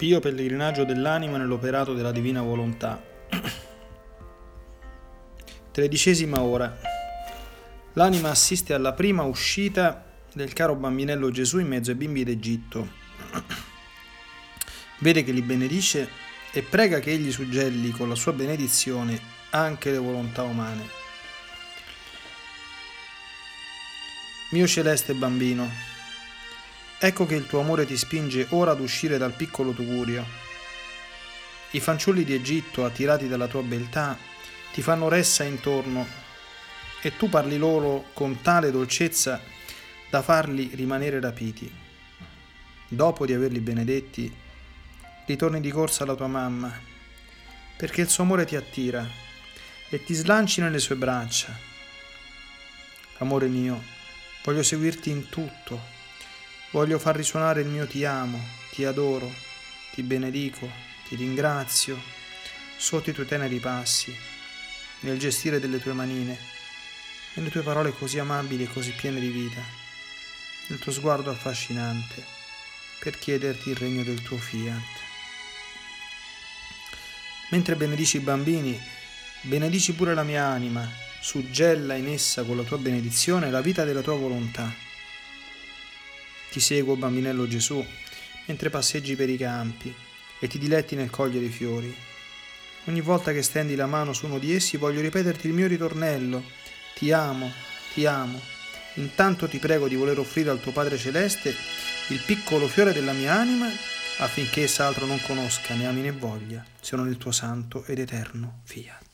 Pio pellegrinaggio dell'anima nell'operato della divina volontà. 13ª ora. L'anima assiste alla prima uscita del caro bambinello Gesù in mezzo ai bimbi d'Egitto. Vede che li benedice e prega che egli suggelli con la sua benedizione anche le volontà umane. Mio celeste bambino, ecco che il tuo amore ti spinge ora ad uscire dal piccolo tugurio. I fanciulli di Egitto, attirati dalla tua beltà, ti fanno ressa intorno e tu parli loro con tale dolcezza da farli rimanere rapiti. Dopo di averli benedetti, ritorni di corsa alla tua mamma, perché il suo amore ti attira e ti slanci nelle sue braccia. Amore mio, voglio seguirti in tutto, voglio far risuonare il mio ti amo, ti adoro, ti benedico, ti ringrazio, sotto i tuoi teneri passi, nel gestire delle tue manine, nelle tue parole così amabili e così piene di vita, nel tuo sguardo affascinante, per chiederti il regno del tuo fiat. Mentre benedici i bambini, benedici pure la mia anima, suggella in essa con la tua benedizione la vita della tua volontà. Ti seguo, bambinello Gesù, mentre passeggi per i campi e ti diletti nel cogliere i fiori. Ogni volta che stendi la mano su uno di essi voglio ripeterti il mio ritornello. Ti amo, ti amo. Intanto ti prego di voler offrire al tuo Padre Celeste il piccolo fiore della mia anima affinché essa altro non conosca, né ami né voglia, se non il tuo santo ed eterno fiat.